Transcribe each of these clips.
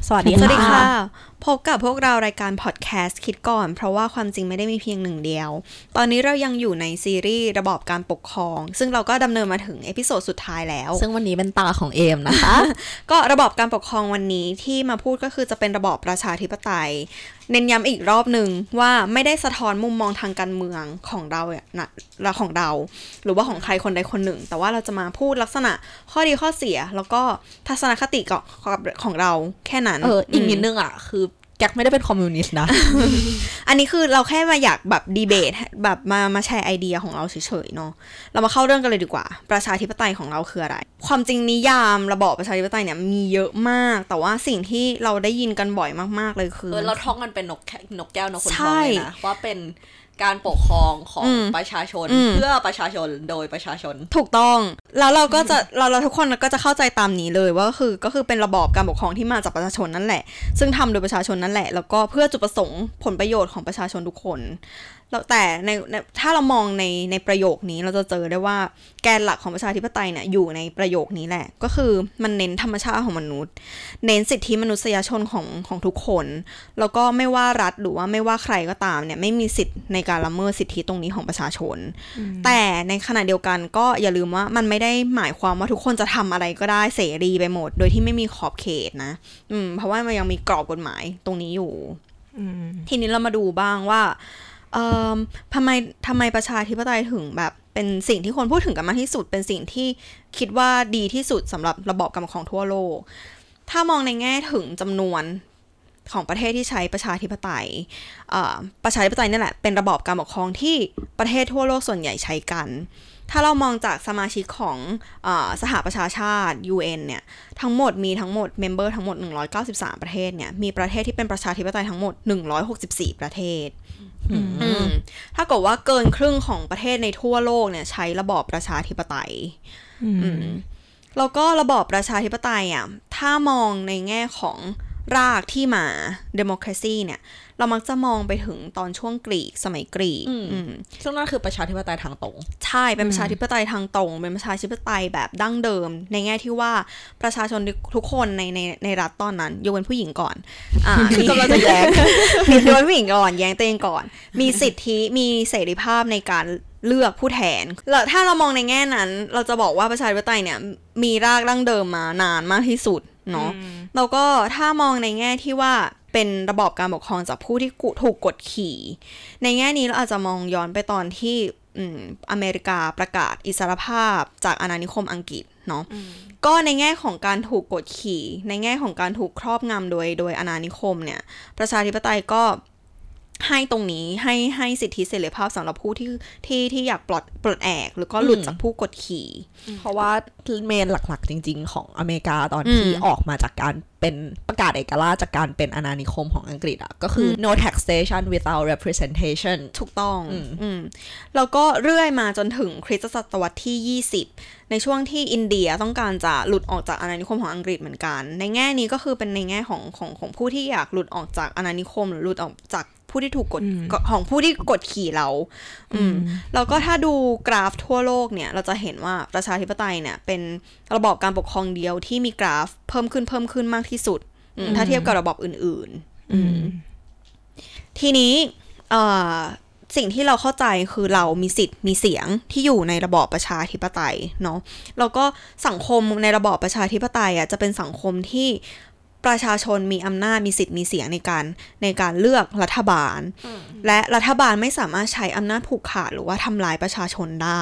สวัสดีค่ะพบกับพวกเรารายการพอดแคสต์คิดก่อนเพราะว่าความจริงไม่ได้มีเพียงหนึ่งเดียวตอนนี้เรายังอยู่ในซีรีส์ระบอบการปกครองซึ่งเราก็ดำเนินมาถึงเอพิโซดสุดท้ายแล้วซึ่งวันนี้เป็นตาของเอมนะคะก็ระบอบการปกครองวันนี้ที่มาพูดก็คือจะเป็นระบอบประชาธิปไตยเน้นย้ำอีกรอบหนึ่งว่าไม่ได้สะท้อนมุมมองทางการเมืองของเราของเราหรือว่าของใครคนใดคนหนึ่งแต่ว่าเราจะมาพูดลักษณะข้อดีข้อเสียแล้วก็ทัศนคติของเราแค่นั้นอีกนิดนึงอ่ะคือแก๊กไม่ได้เป็นคอมมิวนิสต์นะอันนี้คือเราแค่มาอยากแบบดีเบตแบบมาแชร์ไอเดียของเราเฉยๆเนาะเรามาเข้าเรื่องกันเลยดีกว่าประชาธิปไตยของเราคืออะไรความจริงนิยามระบอบประชาธิปไตยเนี่ยมีเยอะมากแต่ว่าสิ่งที่เราได้ยินกันบ่อยมากๆเลยคือเราท่องกันเป็นนกแก้วนกขุนทองเลยนะว่าเป็นการปกครองของประชาชนเพื่อประชาชนโดยประชาชนถูกต้องแล้วเราก็จะเราทุกคนก็จะเข้าใจตามนี้เลยว่าก็คือเป็นระบอบการปกครองที่มาจากประชาชนนั่นแหละซึ่งทำโดยประชาชนนั่นแหละแล้วก็เพื่อจุดประสงค์ผลประโยชน์ของประชาชนทุกคนแล้วแต่ในถ้าเรามองในประโยคนี้เราจะเจอได้ว่าแกนหลักของประชาธิปไตยเนี่ยอยู่ในประโยคนี้แหละก็คือมันเน้นธรรมชาติของมนุษย์เน้นสิทธิมนุษยชนของทุกคนแล้วก็ไม่ว่ารัฐหรือว่าไม่ว่าใครก็ตามเนี่ยไม่มีสิทธิ์ในการละเมิดสิทธิตรงนี้ของประชาชนแต่ในขณะเดียวกันก็อย่าลืมว่ามันไม่ได้หมายความว่าทุกคนจะทำอะไรก็ได้เสรีไปหมดโดยที่ไม่มีขอบเขตนะเพราะว่ามันยังมีกรอบกฎหมายตรงนี้อยู่ทีนี้เรามาดูบ้างว่าทำไมประชาธิปไตยถึงแบบเป็นสิ่งที่คนพูดถึงกันมากที่สุดเป็นสิ่งที่คิดว่าดีที่สุดสำหรับระบอบการปกครองทั่วโลกถ้ามองในแง่ถึงจำนวนของประเทศที่ใช้ประชาธิปไตยประชาธิปไตยนี่แหละเป็นระบอบการปกครองที่ประเทศทั่วโลกส่วนใหญ่ใช้กันถ้าเรามองจากสมาชิกของสหประชาชาติ UN เนี่ยทั้งหมดเมมเบอร์ทั้งหมด193ประเทศเนี่ยมีประเทศที่เป็นประชาธิปไตยทั้งหมด164ประเทศถ้าเกิดว่าเกินครึ่งของประเทศในทั่วโลกเนี่ยใช้ระบอบประชาธิปไตยแล้วก็ระบอบประชาธิปไตยอ่ะถ้ามองในแง่ของรากที่มา democracy เนี่ยเรามักจะมองไปถึงตอนช่วงกรีกสมัยกรีกซึ่งนั่นคือประชาธิปไตยทางตรงใช่เป็นประชาธิปไตยทางตรงเป็นประชาธิปไตยแบบดั้งเดิมในแง่ที่ว่าประชาชนทุกคนในรัฐตอนนั้นยกเว้นผู้หญิงก่อนก็เราจะแย้งมียกเว้นผู้หญิงก่อนแย้งตัวเองก่อนมีสิทธิมีเสรีภาพในการเลือกผู้แทนแล้วถ้าเรามองในแง่นั้นเราจะบอกว่าประชาธิปไตยเนี่ยมีรากดั้งเดิมมานานมากที่สุดเนาะแล้วก็ถ้ามองในแง่ที่ว่าเป็นระบอบการปกครองจากผู้ที่ถูกกดขี่ในแง่นี้เราอาจจะมองย้อนไปตอนที่อเมริกาประกาศอิสรภาพจากอาณานิคมอังกฤษเนาะก็ในแง่ของการถูกกดขี่ในแง่ของการถูกครอบงำโดยอาณานิคมเนี่ยประชาธิปไตยก็ให้ตรงนี้ให้สิทธิเสรีภาพสำหรับผู้ที่อยากปลดแอกหรือก็หลุดจากผู้กดขี่เพราะว่าเมนหลักๆจริงๆของอเมริกาตอนที่ออกมาจากการเป็นประกาศเอกราชจากการเป็นอาณานิคมของอังกฤษอ่ะก็คือ no taxation without representation ถูกต้องแล้วก็เรื่อยมาจนถึงคริสตศตวรรษที่20ในช่วงที่อินเดียต้องการจะหลุดออกจากอาณานิคมของอังกฤษเหมือนกันในแง่นี้ก็คือเป็นในแง่ของผู้ที่อยากหลุดออกจากอาณานิคมหรือหลุดออกจากผู้ที่ถูกกดของผู้ที่กดขี่เราแล้วก็ถ้าดูกราฟทั่วโลกเนี่ยเราจะเห็นว่าประชาธิปไตยเนี่ยเป็นระบอบการปกครองเดียวที่มีกราฟเพิ่มขึ้นมากที่สุดถ้าเทียบกับระบอบอื่นๆทีนี้สิ่งที่เราเข้าใจคือเรามีสิทธิ์มีเสียงที่อยู่ในระบอบประชาธิปไตยเนาะแล้วก็สังคมในระบอบประชาธิปไตยอ่ะจะเป็นสังคมที่ประชาชนมีอำนาจมีสิทธิ์มีเสียงในการเลือกรัฐบาลและรัฐบาลไม่สามารถใช้อำนาจผูกขาดหรือว่าทำลายประชาชนได้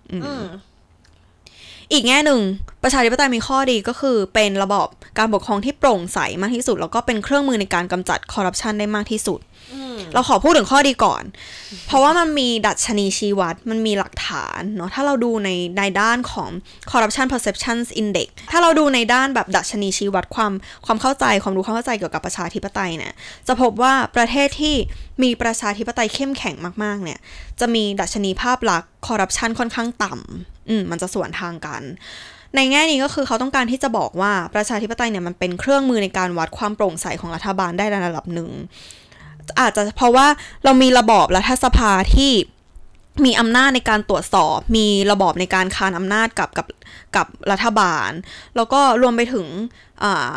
อีกแง่หนึ่งประชาธิปไตยมีข้อดีก็คือเป็นระบอบการปกครองที่โปร่งใสมากที่สุดแล้วก็เป็นเครื่องมือในการกำจัดคอร์รัปชันได้มากที่สุดเราขอพูดถึงข้อดีก่อนเพราะว่ามันมีดัชนีชี้วัดมันมีหลักฐานเนาะถ้าเราดูในด้านของ corruption perceptions index ถ้าเราดูในด้านแบบดัชนีชี้วัดความเข้าใจความรู้ความเข้าใจเกี่ยวกับประชาธิปไตยเนี่ยจะพบว่าประเทศที่มีประชาธิปไตยเข้มแข็งมากๆเนี่ยจะมีดัชนีภาพลักษณ์ corruption ค่อนข้างต่ำมันจะสวนทางกันในแง่นี้ก็คือเขาต้องการที่จะบอกว่าประชาธิปไตยเนี่ยมันเป็นเครื่องมือในการวัดความโปร่งใสของรัฐบาลได้ในระดับหนึ่งอาจจะเพราะว่าเรามีระบอบรัฐสภาที่มีอำนาจในการตรวจสอบมีระบอบในการคานอำนาจกับรัฐบาลแล้วก็รวมไปถึง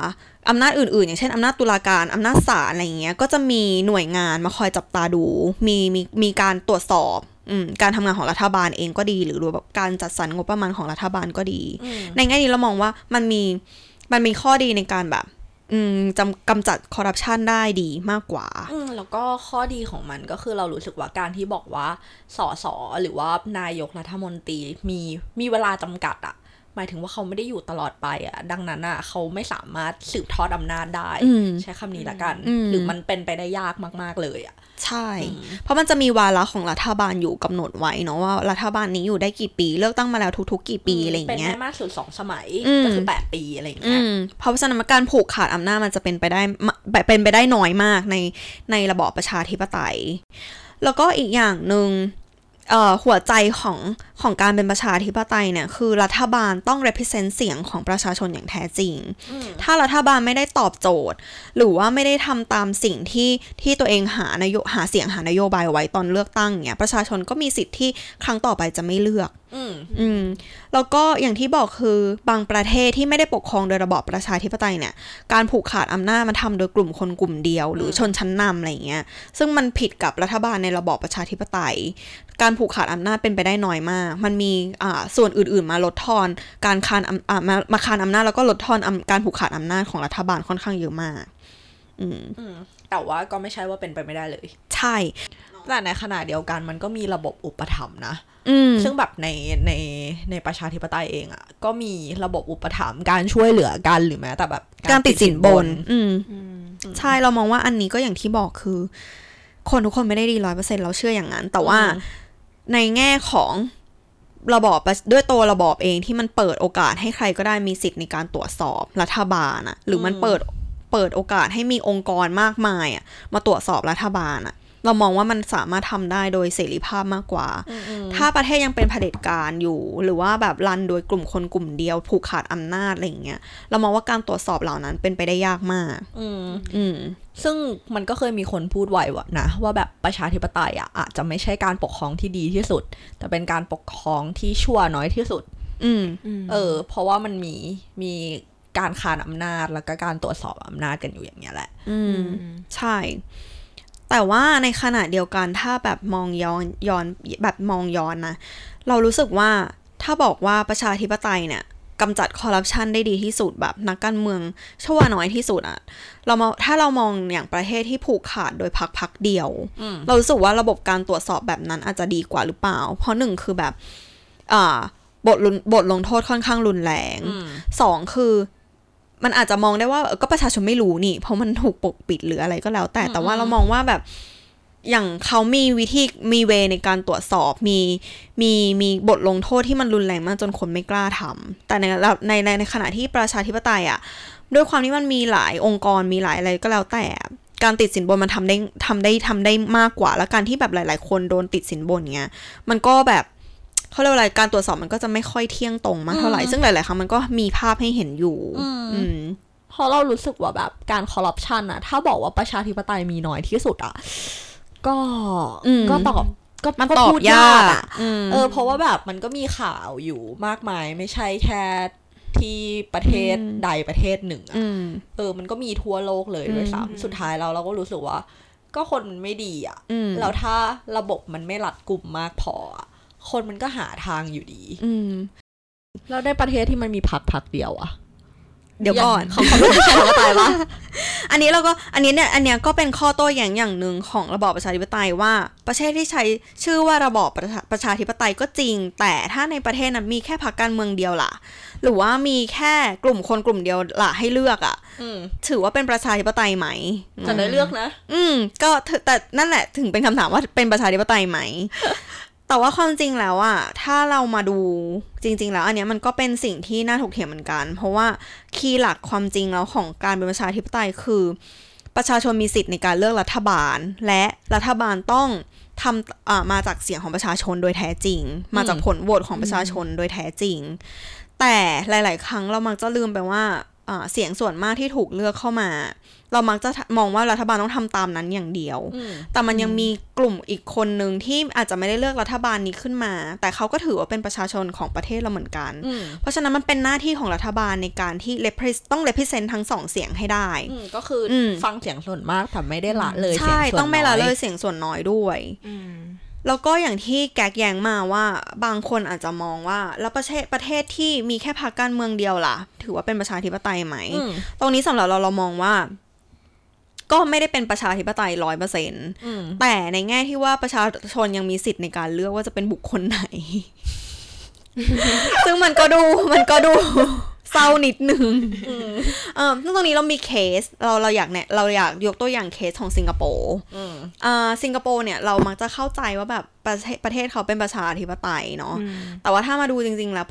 อำนาจอื่นๆอย่างเช่นอำนาจตุลาการอำนาจศาลอะไรเงี้ยก็จะมีหน่วยงานมาคอยจับตาดูมีการตรวจสอบการทำงานของรัฐบาลเองก็ดีหรือแบบการจัดสรรงบประมาณของรัฐบาลก็ดีในแง่นี้เรามองว่ามันมีข้อดีในการแบบกำจัดคอร์รัปชันได้ดีมากกว่าแล้วก็ข้อดีของมันก็คือเรารู้สึกว่าการที่บอกว่าสสหรือว่านายกรัฐมนตรีมีเวลาจำกัดอะหมายถึงว่าเขาไม่ได้อยู่ตลอดไปอะดังนั้นอะเขาไม่สามารถสืบทอดอำนาจได้ใช้คำนี้ละกันหรือมันเป็นไปได้ยากมากๆเลยอะใช่เพราะมันจะมีวาระของรัฐบาลอยู่กำหนดไว้เนาะว่ารัฐบาลนี้อยู่ได้กี่ปีเลือกตั้งมาแล้วทุกๆกี่ปีอะไรอย่างเงี้ยเป็นได้มากสุด2 สมัยก็คือ8 ปีอะไรอย่างเงี้ยเพราะฉะนั้นการผูกขาดอำนาจมันจะเป็นไปได้น้อยมากในระบอบประชาธิปไตยแล้วก็อีกอย่างนึงหัวใจของการเป็นประชาธิปไตยเนี่ยคือรัฐบาลต้อง represent เสียงของประชาชนอย่างแท้จริงถ้ารัฐบาลไม่ได้ตอบโจทย์หรือว่าไม่ได้ทำตามสิ่งที่ตัวเองหาเสียงหานโยบายไว้ตอนเลือกตั้งเนี่ยประชาชนก็มีสิทธิ์ที่ครั้งต่อไปจะไม่เลือกแล้วก็อย่างที่บอกคือบางประเทศที่ไม่ได้ปกครองโดยระบอบประชาธิปไตยเนี่ยการผูกขาดอำนาจมันทำโดยกลุ่มคนกลุ่มเดียวหรือชนชั้นนำอะไรอย่างเงี้ยซึ่งมันผิดกับรัฐบาลในระบอบประชาธิปไตยการผูกขาดอำนาจเป็นไปได้น้อยมากมันมีส่วนอื่นๆมาลดทอนการคานมาคานอำนาจแล้วก็ลดทอนการผูกขาดอำนาจของรัฐบาลค่อนข้างเยอะมากแต่ว่าก็ไม่ใช่ว่าเป็นไปไม่ได้เลยใช่แต่ในขณะเดียวกันมันก็มีระบบอุปถัมภ์นะซึ่งแบบในประชาธิปไตยเองอ่ะก็มีระบบอุปถัมภ์การช่วยเหลือกันหรือแม้แต่แบบการติดสินบนใช่เรามองว่าอันนี้ก็อย่างที่บอกคือคนทุกคนไม่ได้ดี 100% เราเชื่ออย่างนั้นแต่ว่าในแง่ของระบอบด้วยตัวระบอบเองที่มันเปิดโอกาสให้ใครก็ได้มีสิทธิ์ในการตรวจสอบรัฐบาลอ่ะหรือมันเปิดโอกาสให้มีองค์กรมากมายอ่ะมาตรวจสอบรัฐบาลอ่ะเรามองว่ามันสามารถทำได้โดยเสรีภาพมากกว่าถ้าประเทศยังเป็นเผด็จการอยู่หรือว่าแบบรันโดยกลุ่มคนกลุ่มเดียวผูกขาดอำนาจอะไรอย่างเงี้ยเรามองว่าการตรวจสอบเหล่านั้นเป็นไปได้ยากมากซึ่งมันก็เคยมีคนพูดไว้นะว่าแบบประชาธิปไตยอ่ะอาจจะไม่ใช่การปกครองที่ดีที่สุดแต่เป็นการปกครองที่ชั่วน้อยที่สุดเพราะว่ามันมีการคานอำนาจแล้วก็การตรวจสอบอำนาจกันอยู่อย่างเงี้ยแหละใช่แต่ว่าในขณะเดียวกันถ้าแบบมองย้อนแบบมองย้อนนะเรารู้สึกว่าถ้าบอกว่าประชาธิปไตยเนี่ยกำจัดคอร์รัปชันได้ดีที่สุดแบบนักการเมืองชั่วน้อยที่สุดอะถ้าเรามองอย่างประเทศที่ผูกขาดโดยพรรคเดียวเรารู้สึกว่าระบบการตรวจสอบแบบนั้นอาจจะดีกว่าหรือเปล่าเพราะหนึ่งคือแบบบทลงโทษค่อนข้างรุนแรงสองคือมันอาจจะมองได้ว่าก็ประชาชนไม่รู้นี่เพราะมันถูกปกปิดหรืออะไรก็แล้วแต่ว่าเรามองว่าแบบอย่างเขามีเวในการตรวจสอบมีบทลงโทษที่มันรุนแรงมากจนคนไม่กล้าทำแต่ในขณะที่ประชาธิปไตยอ่ะด้วยความที่มันมีหลายองค์กรมีหลายอะไรก็แล้วแต่การติดสินบนมันทำได้มากกว่าแล้วการที่แบบหลายๆคนโดนติดสินบนเงี้ยมันก็แบบเขาเรียกว่าอะไรการตรวจสอบมันก็จะไม่ค่อยเที่ยงตรงมากเท่าไหร่ซึ่งหลายๆครั้งมันก็มีภาพให้เห็นอยู่เพราะเรารู้สึกว่าแบบการคอร์รัปชันอะถ้าบอกว่าประชาธิปไตยมีน้อยที่สุดอะก็ตอบก็มันตอบยากอะเพราะว่าแบบมันก็มีข่าวอยู่มากมายไม่ใช่แค่ที่ประเทศใดประเทศหนึ่งอะมันก็มีทั่วโลกเลยด้วยซ้ำสุดท้ายเราก็รู้สึกว่าก็คนมันไม่ดีอะแล้วถ้าระบบมันไม่รัดกุมมากพอคนมันก็หาทางอยู่ดีแล้วได้ประเทศที่มันมีพรรคเดียวอะเดี๋ยวก่อนเขาไม่ใช่ประชาธิปไตยวะอันนี้อันเนี้ยก็เป็นข้อโต้แย้งอย่างหนึ่งของระบอบประชาธิปไตยว่าประเทศที่ใช้ชื่อว่าระบอบประชาธิปไตยก็จริงแต่ถ้าในประเทศนั้นมีแค่พรรคการเมืองเดียวล่ะหรือว่ามีแค่กลุ่มคนกลุ่มเดียวล่ะให้เลือกถือว่าเป็นประชาธิปไตยไหมจะได้เลือกนะก็แต่นั่นแหละถึงเป็นคำถามว่าเป็นประชาธิปไตยไหมแต่ว่าความจริงแล้วอะถ้าเรามาดูจริงๆแล้วอันเนี้ยมันก็เป็นสิ่งที่น่าถกเถียงเหมือนกันเพราะว่าคีย์หลักความจริงแล้วของการเป็นประชาธิปไตยคือประชาชนมีสิทธิ์ในการเลือกรัฐบาลและรัฐบาลต้องทำมาจากเสียงของประชาชนโดยแท้จริงมาจากผลโหวตของประชาชนโดยแท้จริงแต่หลายๆครั้งเรามักจะลืมไปว่าเสียงส่วนมากที่ถูกเลือกเข้ามาเรามักจะมองว่ารัฐบาลต้องทำตามนั้นอย่างเดียวแต่มันยังมีกลุ่มอีกคนนึงที่อาจจะไม่ได้เลือกรัฐบาลนี้ขึ้นมาแต่เขาก็ถือว่าเป็นประชาชนของประเทศเราเหมือนกันเพราะฉะนั้นมันเป็นหน้าที่ของรัฐบาลในการที่ต้อง represent ทั้งสองเสียงให้ได้ก็คือฟังเสียงส่วนมากแต่ไม่ได้ละเลยเสียงส่วนน้อยใช่ต้องไม่ละเลยเสียงส่วนน้อยด้วยแล้วก็อย่างที่แก๊กแย้งมาว่าบางคนอาจจะมองว่าแล้วประเทศที่มีแค่พรรคการเมืองเดียวล่ะถือว่าเป็นประชาธิปไตยไหมตรงนี้สำหรับเรามองว่าก็ไม่ได้เป็นประชาธิปไตย 100% แต่ในแง่ที่ว่าประชาชนยังมีสิทธิ์ในการเลือกว่าจะเป็นบุคคลไหน ซึ่งมันก็ดูเศร้านิดนึงซึ่งตรงนี้เรามีเคสเราอยากยกตัวอย่างเคสของสิงคโปร์สิงคโปร์เนี่ยเรามักจะเข้าใจว่าแบบประเทศเขาเป็นประชาธิปไตยเนาะแต่ว่าถ้ามาดูจริงๆแล้ว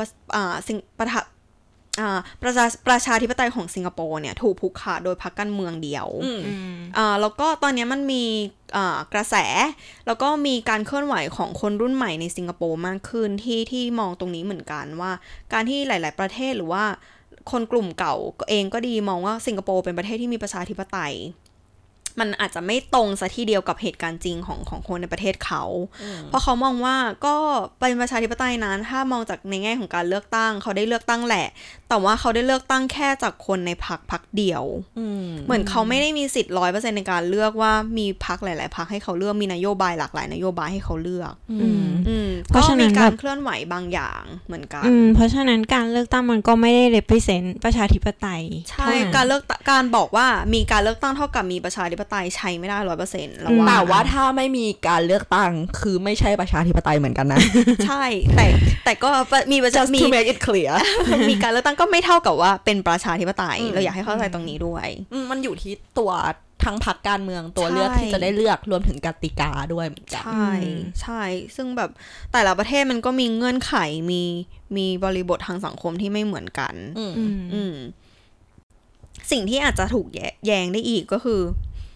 ประชาธิปไตยของสิงคโปร์เนี่ยถูกผูกขาดโดยพรรคการเมืองเดียวแล้วก็ตอนนี้มันมีกระแสแล้วก็มีการเคลื่อนไหวของคนรุ่นใหม่ในสิงคโปร์มากขึ้นที่มองตรงนี้เหมือนกันว่าการที่หลายๆประเทศหรือว่าคนกลุ่มเก่าเองก็ดีมองว่าสิงคโปร์เป็นประเทศที่มีประชาธิปไตยมันอาจจะไม่ตรงซะทีเดียวกับเหตุการณ์จริงของคนในประเทศเขาเพราะเขามองว่าก็เป็นประชาธิปไตยนั้นถ้ามองจากในแง่ของการเลือกตั้งเขาได้เลือกตั้งแหละแต่ว่าเขาได้เลือกตั้งแค่จากคนในพรรคเดียวเหมือนเขาไม่ได้มีสิทธิ์ 100% ในการเลือกว่ามีพรรคหลายๆพรรคให้เขาเลือกมีนโยบายหลากหลายนโยบายให้เขาเลือกเพราะฉะนั้นมีการเคลื่อนไหวบางอย่างเหมือนกันเพราะฉะนั้นการเลือกตั้งมันก็ไม่ได้ represent ประชาธิปไตยใช่การบอกว่ามีการเลือกตั้งเท่ากับมีประชาธิปไตยใช้ไม่ได้ 100% แล้วแต่ว่าถ้าไม่มีการเลือกตั้งคือไม่ใช่ประชาธิปไตยเหมือนกันนะใช่แต่ก็มี just to make it clear มีการเลือกตั้งก็ไม่เท่ากับว่าเป็นประชาธิปไตยเราอยากให้เข้าใจตรงนี้ด้วยมันอยู่ที่ตัวทั้งพรรคการเมืองตัวเลือกที่จะได้เลือกรวมถึงกติกาด้วยเหมือนกันใช่ซึ่งแบบแต่ละประเทศมันก็มีเงื่อนไขมีบริบททางสังคมที่ไม่เหมือนกันสิ่งที่อาจจะถูกแย้งได้อีกก็คือ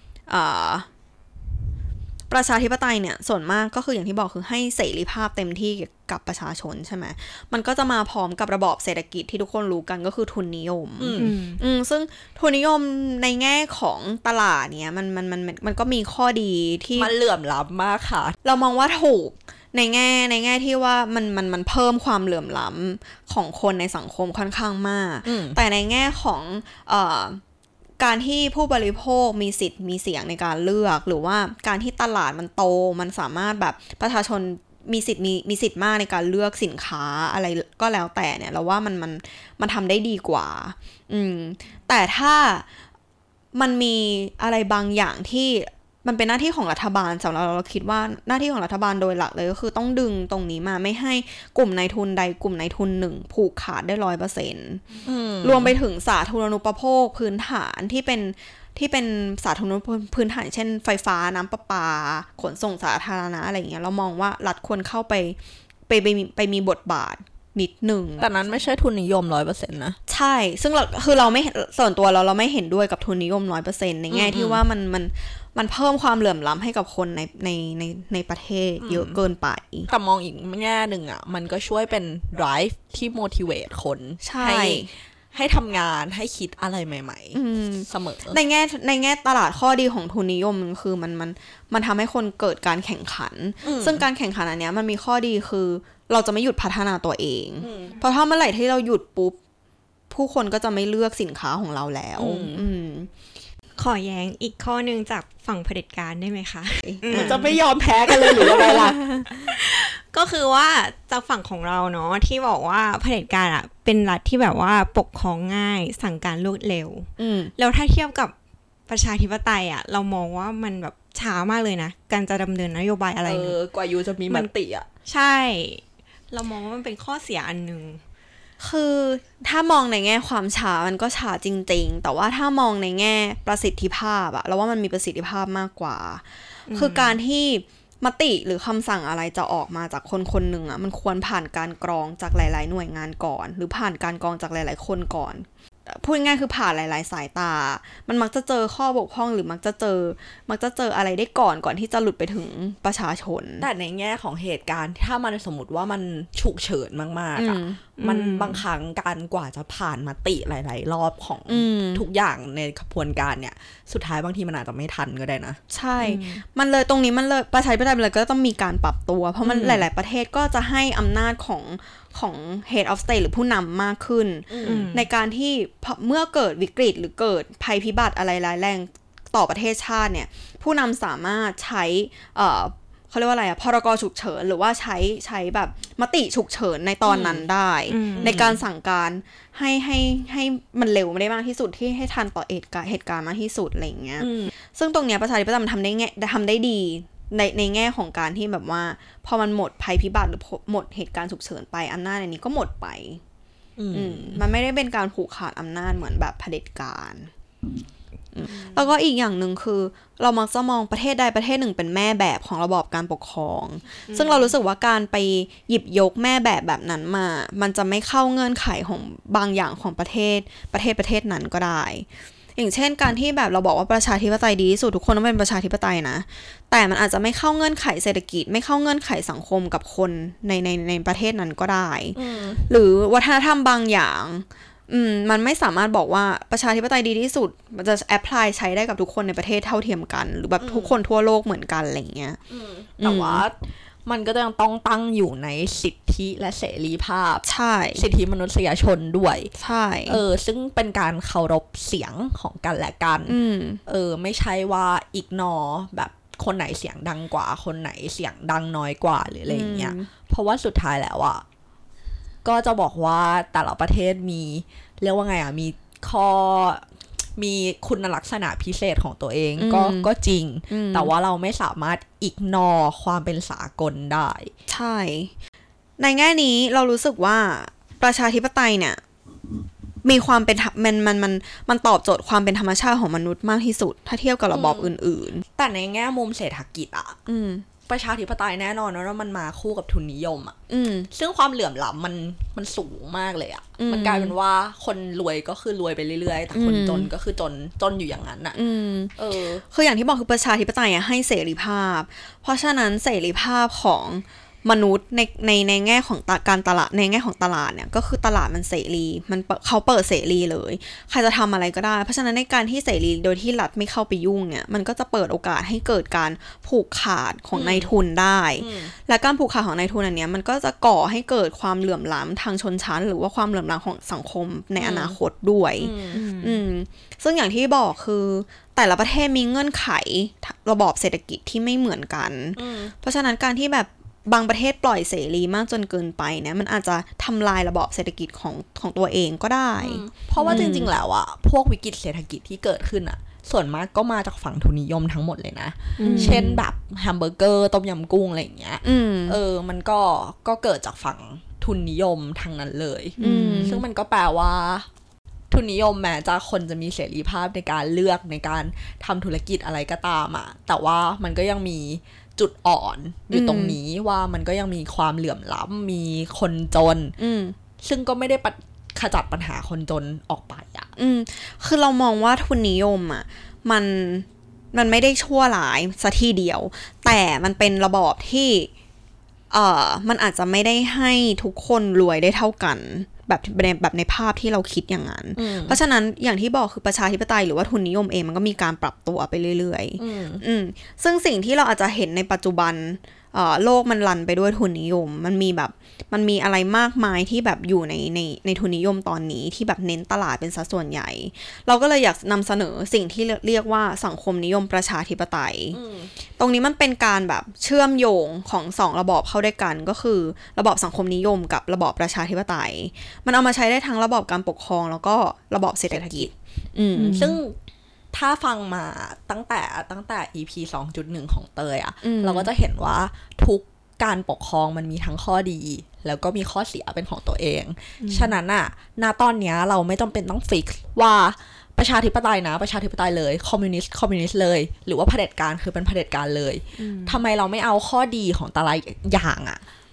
ประชาธิปไตยเนี่ยส่วนมากก็คืออย่างที่บอกคือให้เสรีภาพเต็มที่กับประชาชนใช่ไหมมันก็จะมาพร้อมกับระบอบเศรษฐกิจที่ทุกคนรู้กันก็คือทุนนิยมซึ่งทุนนิยมในแง่ของตลาดเนี่ยมันก็มีข้อดีที่มันเหลื่อมล้ำมากค่ะเรามองว่าถูกในแง่ที่ว่ามันเพิ่มความเหลื่อมล้ำของคนในสังคมค่อนข้างมากแต่ในแง่ของการที่ผู้บริโภคมีสิทธิ์มีเสียงในการเลือกหรือว่าการที่ตลาดมันโตมันสามารถแบบประชาชนมีสิทธิ์มากในการเลือกสินค้าอะไรก็แล้วแต่เนี่ยเราว่ามันทำได้ดีกว่าแต่ถ้ามันมีอะไรบางอย่างที่มันเป็นหน้าที่ของรัฐบาลสำหรับเราคิดว่าหน้าที่ของรัฐบาลโดยหลักเลยก็คือต้องดึงตรงนี้มาไม่ให้กลุ่มนายทุนใดกลุ่มนายทุนหนึ่งผูกขาดได้ 100% รวมไปถึงสาธารณูปโภคพื้นฐานที่เป็นสาธารณูปโภคพื้นฐานเช่นไฟฟ้าน้ำประปาขนส่งสาธารณะอะไรอย่างเงี้ยเรามองว่ารัฐควรเข้าไปมีบทบาทนิดหนึ่งแต่นั้นไม่ใช่ทุนนิยม 100% นะใช่ซึ่งเราไม่ส่วนตัวเราไม่เห็นด้วยกับทุนนิยม 100% ในแง่ที่ว่ามันเพิ่มความเหลื่อมล้ำให้กับคนในประเทศเยอะเกินไปแต่มองอีกแง่หนึ่งอ่ะมันก็ช่วยเป็น drive ที่ motivate คนให้ทำงานให้คิดอะไรใหม่ๆเสมอในแง่ตลาดข้อดีของทุนนิยมคือมันทำให้คนเกิดการแข่งขันซึ่งการแข่งขันอันเนี้ยมันมีข้อดีคือเราจะไม่หยุดพัฒนาตัวเองเพราะถ้าเมื่อไหร่ที่เราหยุดปุ๊บผู้คนก็จะไม่เลือกสินค้าของเราแล้วขอแย้งอีกข้อนึงจากฝั่งเผด็จการได้ไหมคะมันจะไม่ยอมแพ้กันเลยหรือยังไงล่ะก็คือว่าจากฝั่งของเราเนาะที่บอกว่าเผด็จการอ่ะเป็นรัฐที่แบบว่าปกครองง่ายสั่งการรวดเร็วแล้วถ้าเทียบกับประชาธิปไตยอ่ะเรามองว่ามันแบบช้ามากเลยนะการจะดำเนินนโยบายอะไรกว่ายูจะมีมติอ่ะใช่เรามองว่ามันเป็นข้อเสียอันนึงคือถ้ามองในแง่ความช้ามันก็ช้าจริงๆแต่ว่าถ้ามองในแง่ประสิทธิภาพอะเราว่ามันมีประสิทธิภาพมากกว่าคือการที่มติหรือคำสั่งอะไรจะออกมาจากคนคนหนึ่งอะมันควรผ่านการกรองจากหลายๆหน่วยงานก่อนหรือผ่านการกรองจากหลายๆคนก่อนพูดง่ายคือผ่านหลายๆสายตามันมักจะเจอข้อบกพร่องหรือมักจะเจออะไรได้ก่อนที่จะหลุดไปถึงประชาชนแต่ในแง่ของเหตุการณ์ถ้ามันสมมติว่ามันฉุกเฉินมากๆอ่ะมันบางครั้งการกว่าจะผ่านมติหลายๆรอบของทุกอย่างในขบวนการเนี่ยสุดท้ายบางทีมันอาจจะไม่ทันก็ได้นะใช่มันเลยตรงนี้มันเลยประชาธิปไตยเลยก็ต้องมีการปรับตัวเพราะมันหลายๆประเทศก็จะให้อำนาจของ head of state หรือผู้นำมากขึ้นในการที่เมื่อเกิดวิกฤตหรือเกิดภัยพิบัติอะไรร้ายแรงต่อประเทศชาติเนี่ยผู้นำสามารถใช้เขาเรียกว่าอะไรพรก.ฉุกเฉินหรือว่าใช้แบบมติฉุกเฉินในตอนนั้นได้ในการสั่งการให้มันเร็วไม่ได้มากที่สุดที่ให้ทันต่อเหตุการณ์มากที่สุดอะไรอย่างเงี้ยซึ่งตรงเนี้ยประชาธิปไตยมันทำได้ดีในแง่ของการที่แบบว่าพอมันหมดภัยพิบัติหรือหมดเหตุการณ์ฉุกเฉินไปอำนาจในนี้ก็หมดไปมันไม่ได้เป็นการผูกขาดอำนาจเหมือนแบบเผด็จการแล้วก็อีกอย่างหนึ่งคือเรามักจะมองประเทศใดประเทศหนึ่งเป็นแม่แบบของระบอบการปกครองซึ่งเรารู้สึกว่าการไปหยิบยกแม่แบบนั้นมามันจะไม่เข้าเงื่อนไขของบางอย่างของประเทศนั้นก็ได้อย่างเช่นการที่แบบเราบอกว่าประชาธิปไตยดีที่สุดทุกคนต้องเป็นประชาธิปไตยนะแต่มันอาจจะไม่เข้าเงื่อนไขเศรษฐกิจไม่เข้าเงื่อนไขสังคมกับคนในประเทศนั้นก็ได้หรือวัฒนธรรมบางอย่างมันไม่สามารถบอกว่าประชาธิปไตยดีที่สุดมันจะแอพพลายใช้ได้กับทุกคนในประเทศเท่าเทียมกันหรือแบบทุกคนทั่วโลกเหมือนกันอะไรเงี้ยแต่ว่ามันก็ยังต้องตั้งอยู่ในสิทธิและเสรีภาพใช่สิทธิมนุษยชนด้วยใช่ซึ่งเป็นการเคารพเสียงของกันและกันไม่ใช่ว่าอิกนอแบบคนไหนเสียงดังกว่าคนไหนเสียงดังน้อยกว่าหรืออะไรอย่างเงี้ยเพราะว่าสุดท้ายแล้วอ่ะก็จะบอกว่าแต่ละประเทศมีเรียกว่าไงอ่ะมีคุณลักษณะพิเศษของตัวเองก็จริงแต่ว่าเราไม่สามารถอิกนอความเป็นสากลได้ใช่ในแง่นี้เรารู้สึกว่าประชาธิปไตยเนี่ยมีความเป็นมันตอบโจทย์ความเป็นธรรมชาติของมนุษย์มากที่สุดถ้าเทียบกับระบอบอื่นๆแต่ในแง่มุมเศรษฐกิจอ่ะประชาธิปไตยแน่นอนว่ามันมาคู่กับทุนนิยมอ่ะซึ่งความเหลื่อมล้ำมันสูงมากเลยอ่ะมันกลายเป็นว่าคนรวยก็คือรวยไปเรื่อยๆแต่คนจนก็คือจนอยู่อย่างนั้นอ่ะคืออย่างที่บอกคือประชาธิปไตยให้เสรีภาพเพราะฉะนั้นเสรีภาพของมนุษย์ในแง่ของการตลาดในแง่ของตลาดเนี่ยก็คือตลาดมันเสรีเขาเปิดเสรีเลยใครจะทำอะไรก็ได้เพราะฉะนั้นในการที่เสรีโดยที่รัฐไม่เข้าไปยุ่งเนี่ยมันก็จะเปิดโอกาสให้เกิดการผูกขาดของนายทุนได้และการผูกขาดของนายทุนอันเนี้ยมันก็จะก่อให้เกิดความเหลื่อมล้ำทางชนชั้นหรือว่าความเหลื่อมล้ำของสังคมในอนาคตด้วยซึ่งอย่างที่บอกคือแต่ละประเทศมีเงื่อนไขระบอบเศรษฐกิจที่ไม่เหมือนกันเพราะฉะนั้นการที่แบบบางประเทศปล่อยเสรีมากจนเกินไปเนี่ยมันอาจจะทำลายระบอบเศรษฐกิจของตัวเองก็ได้เพราะว่าจริงๆแล้วอะพวกวิกฤตเศรษฐกิจที่เกิดขึ้นอะส่วนมากก็มาจากฝั่งทุนนิยมทั้งหมดเลยนะเช่นแบบแฮมเบอร์เกอร์ต้มยำกุ้งอะไรอย่างเงี้ยมันก็เกิดจากฝั่งทุนนิยมทั้งนั้นเลยซึ่งมันก็แปลว่าทุนนิยมแม้จะคนจะมีเสรีภาพในการเลือกในการทำธุรกิจอะไรก็ตามอะแต่ว่ามันก็ยังมีจุดอ่อนอยู่ตรงนี้ว่ามันก็ยังมีความเหลื่อมล้ำมีคนจนซึ่งก็ไม่ได้ขจัดปัญหาคนจนออกไปอ่ะคือเรามองว่าทุนนิยมอ่ะมันไม่ได้ชั่วร้ายซะทีเดียวแต่มันเป็นระบอบที่มันอาจจะไม่ได้ให้ทุกคนรวยได้เท่ากันแบบในภาพที่เราคิดอย่างนั้นเพราะฉะนั้นอย่างที่บอกคือประชาธิปไตยหรือว่าทุนนิยมเองมันก็มีการปรับตัวไปเรื่อยๆซึ่งสิ่งที่เราอาจจะเห็นในปัจจุบันโลกมันรันไปด้วยทุนนิยมมันมีอะไรมากมายที่แบบอยู่ในทุนนิยมตอนนี้ที่แบบเน้นตลาดเป็นสัดส่วนใหญ่เราก็เลยอยากนำเสนอสิ่งที่เรียกว่าสังคมนิยมประชาธิปไตยตรงนี้มันเป็นการแบบเชื่อมโยงของสองระบอบเข้าด้วยกันก็คือระบอบสังคมนิยมกับระบอบประชาธิปไตยมันเอามาใช้ได้ทั้งระบอบการปกครองแล้วก็ระบอบเศรษฐกิจซึ่งถ้าฟังมาตั้งแต่ EP 2.1 ของเตยอ่ะเราก็จะเห็นว่าทุกการปกครองมันมีทั้งข้อดีแล้วก็มีข้อเสียเป็นของตัวเองฉะนั้นอ่ะณตอนนี้เราไม่จำเป็นต้องฟิกซ์ว่าประชาธิปไตยนะประชาธิปไตยเลยคอมมิวนิสต์เลยหรือว่าเผด็จการคือเป็นเผด็จการเลยทำไมเราไม่เอาข้อดีของแต่ละอย่างอ่ะ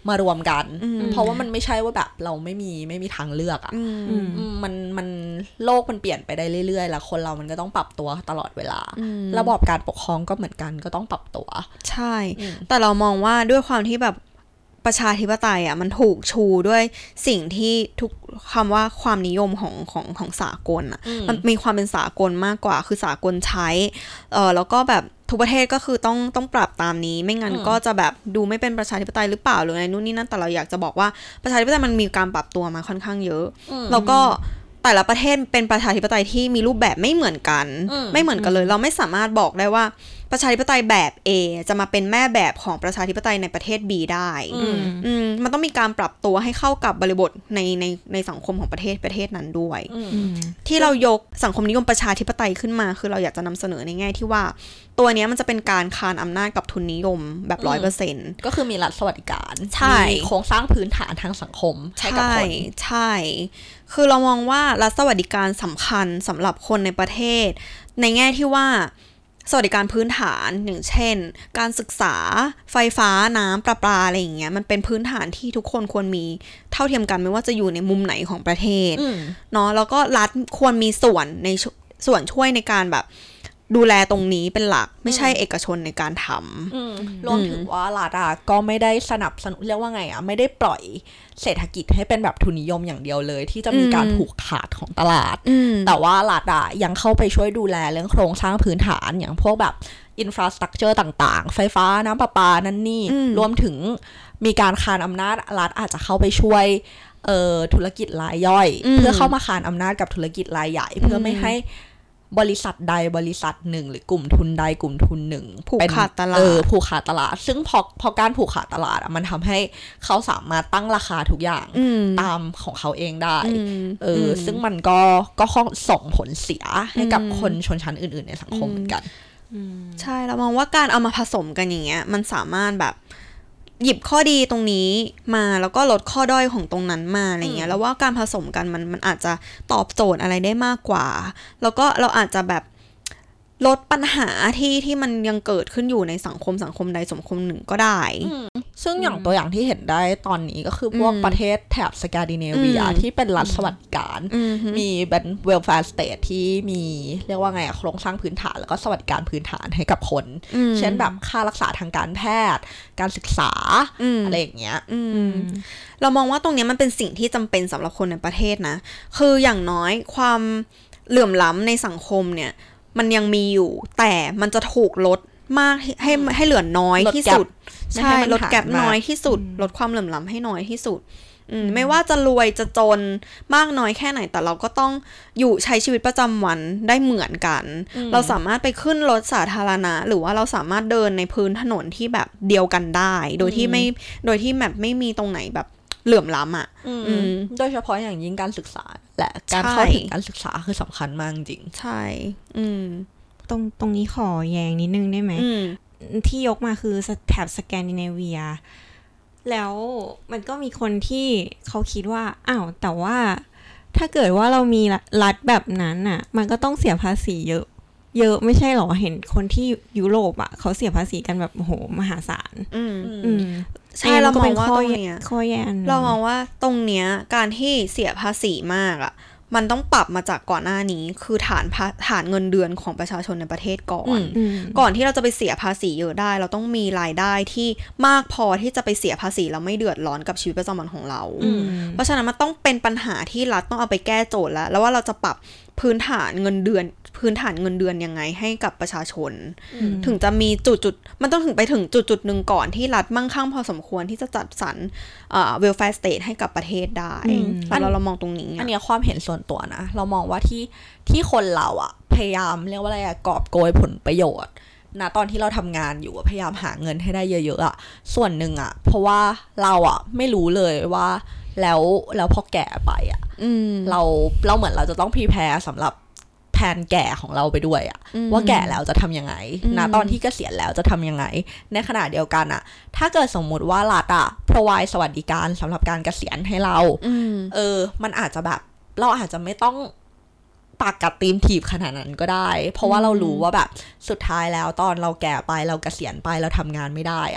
ารวมกันเพราะว่ามันไม่ใช่ว่าแบบเราไม่มีทางเลือกอ่ะมันโลกมันเปลี่ยนไปได้เรื่อยๆแล้วคนเรามันก็ต้องปรับตัวตลอดเวลาระบอบการปกครองก็เหมือนกันก็ต้องปรับตัวใช่แต่เรามองว่าด้วยความที่แบบประชาธิปไตยอ่ะมันถูกชูด้วยสิ่งที่ทุกคำว่าความนิยมของสากลอ่ะมันมีความเป็นสากลมากกว่าคือสากลใช้แล้วก็แบบทุกประเทศก็คือต้องปรับตามนี้ไม่งั้นก็จะแบบดูไม่เป็นประชาธิปไตยหรือเปล่าหรืออะไรนู่นนี่นั่นแต่เราอยากจะบอกว่าประชาธิปไตยมันมีการปรับตัวมาค่อนข้างเยอะแล้วก็แต่ละประเทศเป็นประชาธิปไตยที่มีรูปแบบไม่เหมือนกันไม่เหมือนกันเลยเราไม่สามารถบอกได้ว่าประชาธิปไตยแบบ A จะมาเป็นแม่แบบของประชาธิปไตยในประเทศ B ได้มันต้องมีการปรับตัวให้เข้ากับบริบทในสังคมของประเทศนั้นด้วยที่เรายกสังคมนิยมประชาธิปไตยขึ้นมาคือเราอยากจะนำเสนอในแง่ที่ว่าตัวนี้มันจะเป็นการคานอำนาจกับทุนนิยมแบบ 100% ก็คือมีรัฐสวัสดิการมีโครงสร้างพื้นฐานทางสังคมให้กับคนใช่คือเรามองว่ารัฐสวัสดิการสำคัญสำหรับคนในประเทศในแง่ที่ว่าสวัสดิการพื้นฐานอย่างเช่นการศึกษาไฟฟ้าน้ำประปาอะไรอย่างเงี้ยมันเป็นพื้นฐานที่ทุกคนควรมีเท่าเทียมกันไม่ว่าจะอยู่ในมุมไหนของประเทศเนาะแล้วก็รัฐควรมีส่วนช่วยในการแบบดูแลตรงนี้เป็นหลักไม่ใช่เอกชนในการทำรวมถึงว่ารัฐก็ไม่ได้สนับสนุนเรียกว่าไงไม่ได้ปล่อยเศรษฐกิจให้เป็นแบบทุนนิยมอย่างเดียวเลยที่จะมีการผูกขาดของตลาดแต่ว่ารัฐยังเข้าไปช่วยดูแลเรื่องโครงสร้างพื้นฐานอย่างพวกแบบอินฟราสตรัคเจอร์ต่างๆไฟฟ้าน้ำประปานั่นนี่รวมถึงมีการคานอำนาจรัฐอาจจะเข้าไปช่วยธุรกิจรายย่อยเพื่อเข้ามาคานอำนาจกับธุรกิจรายใหญ่เพื่อไม่ให้บริษัทใดบริษัทหนึ่งหรือกลุ่มทุนใดกลุ่มทุนหนึ่งผูกขาดตลาดผูกขาดตลาดซึ่งพอการผูกขาดตลาดมันทำให้เขาสามารถตั้งราคาทุกอย่างตามของเขาเองได้ซึ่งมันก็ส่งผลเสียให้กับคนชนชั้นอื่นๆในสังคมเหมือนกันใช่เรามองว่าการเอามาผสมกันอย่างเงี้ยมันสามารถแบบหยิบข้อดีตรงนี้มาแล้วก็ลดข้อด้อยของตรงนั้นมาอะไรเงี้ยแล้วว่าการผสมกันมันอาจจะตอบโจทย์อะไรได้มากกว่าแล้วก็เราอาจจะแบบลดปัญหาที่มันยังเกิดขึ้นอยู่ในสังคมใดสังคมหนึ่งก็ได้ซึ่งอย่างตัวอย่างที่เห็นได้ตอนนี้ก็คือพวกประเทศแถบสแกนดิเนเวียที่เป็นรัฐสวัสดิการมีเป็นเวลแฟร์สเตทที่มีเรียกว่าไงโครงสร้างพื้นฐานแล้วก็สวัสดิการพื้นฐานให้กับคนเช่นแบบค่ารักษาทางการแพทย์การศึกษาอะไรอย่างเงี้ยเรามองว่าตรงนี้มันเป็นสิ่งที่จำเป็นสำหรับคนในประเทศนะคืออย่างน้อยความเหลื่อมล้ำในสังคมเนี่ยมันยังมีอยู่แต่มันจะถูกลดมากให้เหลือน้อยที่สุดใช่ลดแกปน้อยที่สุดลดความเหลื่อมล้ำให้น้อยที่สุดไม่ว่าจะรวยจะจนมากน้อยแค่ไหนแต่เราก็ต้องอยู่ใช้ชีวิตประจำวันได้เหมือนกันเราสามารถไปขึ้นรถสาธารณะหรือว่าเราสามารถเดินในพื้นถนนที่แบบเดียวกันได้โดยที่แบบไม่มีตรงไหนแบบเหลื่อมล้ำอ่ะโดยเฉพาะอย่างยิ่งการศึกษาและการเข้าถึงการศึกษาคือสำคัญมากจริงใช่ตรงนี้ขอแย้งนิดนึงได้ไหมที่ยกมาคือแถบสแกนดิเนเวียแล้วมันก็มีคนที่เขาคิดว่าอ้าวแต่ว่าถ้าเกิดว่าเรามีรัฐแบบนั้นอ่ะมันก็ต้องเสียภาษีเยอะไม่ใช่หรอเห็นคนที่ยุโรปอ่ะเขาเสียภาษีกันแบบโหมหาศาลใช่เรามองว่าตรงเนี้ยข้อแย้งเรามองว่าตรงเนี้ยการที่เสียภาษีมากอ่ะมันต้องปรับมาจากก่อนหน้านี้คือฐานเงินเดือนของประชาชนในประเทศก่อนที่เราจะไปเสียภาษีเยอะได้เราต้องมีรายได้ที่มากพอที่จะไปเสียภาษีแล้วไม่เดือดร้อนกับชีวิตประจำวันของเราเพราะฉะนั้นมันต้องเป็นปัญหาที่รัฐต้องเอาไปแก้โจทย์แล้วว่าเราจะปรับพื้นฐานเงินเดือนยังไงให้กับประชาชนถึงจะมีจุดมันต้องไปถึงจุดหนึ่งก่อนที่รัฐมั่งคั่งพอสมควรที่จะจัดสรรwelfare state ให้กับประเทศได้เรามองตรงนี้อันนี้ความเห็นส่วนตัวนะเรามองว่าที่คนเราอ่ะพยายามเรียกว่าอะไรกอบโกยผลประโยชน์นะตอนที่เราทำงานอยู่พยายามหาเงินให้ได้เยอะๆอ่ะส่วนหนึ่งอ่ะเพราะว่าเราอ่ะไม่รู้เลยว่าแล้วพอแก่ไปอ่ะเราเหมือนเราจะต้องพรีแพร์สำหรับแผนแก่ของเราไปด้วยอะว่าแก่แล้วจะทำยังไงนะตอนที่เกษียณแล้วจะทำยังไงในขณะเดียวกันอะถ้าเกิดสมมุติว่ารัฐอะ provide สวัสดิการสำหรับการเกษียณให้เรามันอาจจะแบบเราอาจจะไม่ต้องปากกัดตีนถีบขนาดนั้นก็ได้เพราะว่าเรารู้ว่าแบบสุดท้ายแล้วตอนเราแก่ไปเราเกษียณไปเราทำงานไม่ได้อะ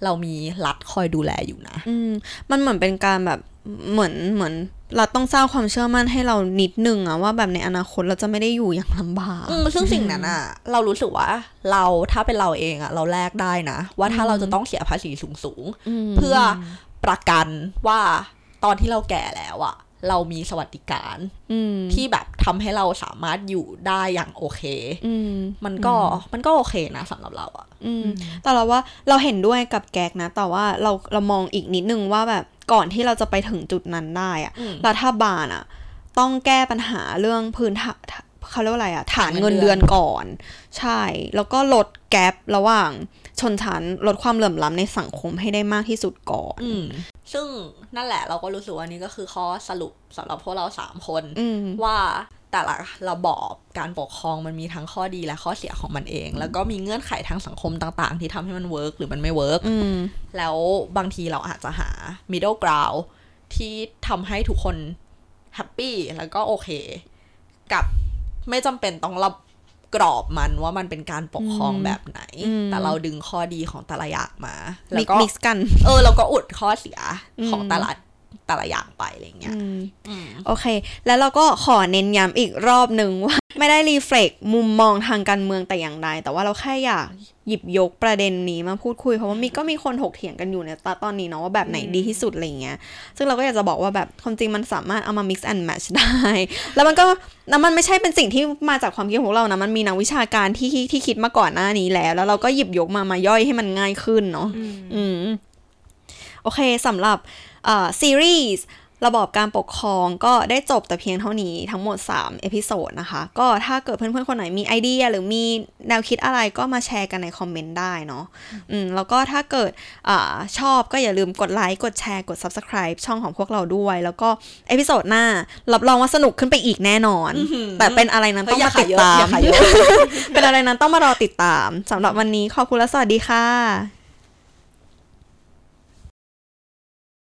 เรามีรัฐคอยดูแลอยู่นะมันเหมือนเป็นการแบบเหมือนเราต้องสร้างความเชื่อมั่นให้เรานิดนึงอะว่าแบบในอนาคตเราจะไม่ได้อยู่อย่างลำบากซึ่งสิ่งนั้นอะเรารู้สึกว่าเราถ้าเป็นเราเองอะเราแลกได้นะว่าถ้าเราจะต้องเสียภาษีสูงเพื่อประกันว่าตอนที่เราแก่แล้วอะเรามีสวัสดิการที่แบบทำให้เราสามารถอยู่ได้อย่างโอเคมันก็โอเคนะสำหรับเราอะแต่เราว่าเราเห็นด้วยกับแก๊กนะแต่ว่าเรามองอีกนิดนึงว่าแบบก่อนที่เราจะไปถึงจุดนั้นได้อะรัฐบาลอะต้องแก้ปัญหาเรื่องพื้นฐานเขาเรียกว่าอะไรอะฐานเงินเดือนก่อนใช่แล้วก็ลดแกประหว่างชนชั้นลดความเหลื่อมล้ำในสังคมให้ได้มากที่สุดก่อนซึ่งนั่นแหละเราก็รู้สึกว่านี่ก็คือข้อสรุปสำหรับพวกเรา3คนว่าแต่ละระบอบการปกครองมันมีทั้งข้อดีและข้อเสียของมันเองแล้วก็มีเงื่อนไขทางสังคมต่างๆที่ทำให้มันเวิร์กหรือมันไม่เวิร์กแล้วบางทีเราอาจจะหา middle ground ที่ทำให้ทุกคนแฮปปี้แล้วก็โอเคกับไม่จำเป็นต้องรับกรอบมันว่ามันเป็นการปกครองแบบไหนแต่เราดึงข้อดีของแต่ละอย่างมาแล้วก็มิกซ์กันแล้วก็อุดข้อเสียของแต่ละอย่างไปอะไรเงี้ยโอเคแล้วเราก็ขอเน้นย้ำอีกรอบนึงว่าไม่ได้รีเฟล็กมุมมองทางการเมืองแต่อย่างใดแต่ว่าเราแค่อยากหยิบยกประเด็นนี้มาพูดคุยเพราะว่าก็มีคนถกเถียงกันอยู่ในตอนนี้เนาะว่าแบบไหนดีที่สุดอะไรเงี้ยซึ่งเราก็อยากจะบอกว่าแบบความจริงมันสามารถเอามา mix and match ได้แล้วมันไม่ใช่เป็นสิ่งที่มาจากความคิดของเรานะมันมีนักวิชาการที่คิดมาก่อนหน้านี้แล้วเราก็หยิบยกมาย่อยให้มันง่ายขึ้นเนาะโอเคสำหรับซีรีส์ระบอบการปกครองก็ได้จบแต่เพียงเท่านี้ทั้งหมด3เอพิโซดนะคะก็ถ้าเกิดเพื่อนๆคนไหนมีไอเดียหรือมีแนวคิดอะไรก็มาแชร์กันในคอมเมนต์ได้เนาะแล้วก็ถ้าเกิดชอบก็อย่าลืมกดไลค์กดแชร์กด Subscribe ช่องของพวกเราด้วยแล้วก็เอพิโซดหน้ารับรองว่าสนุกขึ้นไปอีกแน่นอนแต่เป็นอะไรนั้นต้องมาติดตามเป็นอะไรนั้นต้องมารอติดตามสำหรับวันนี้ขอบคุณและสวัสดีค่ะ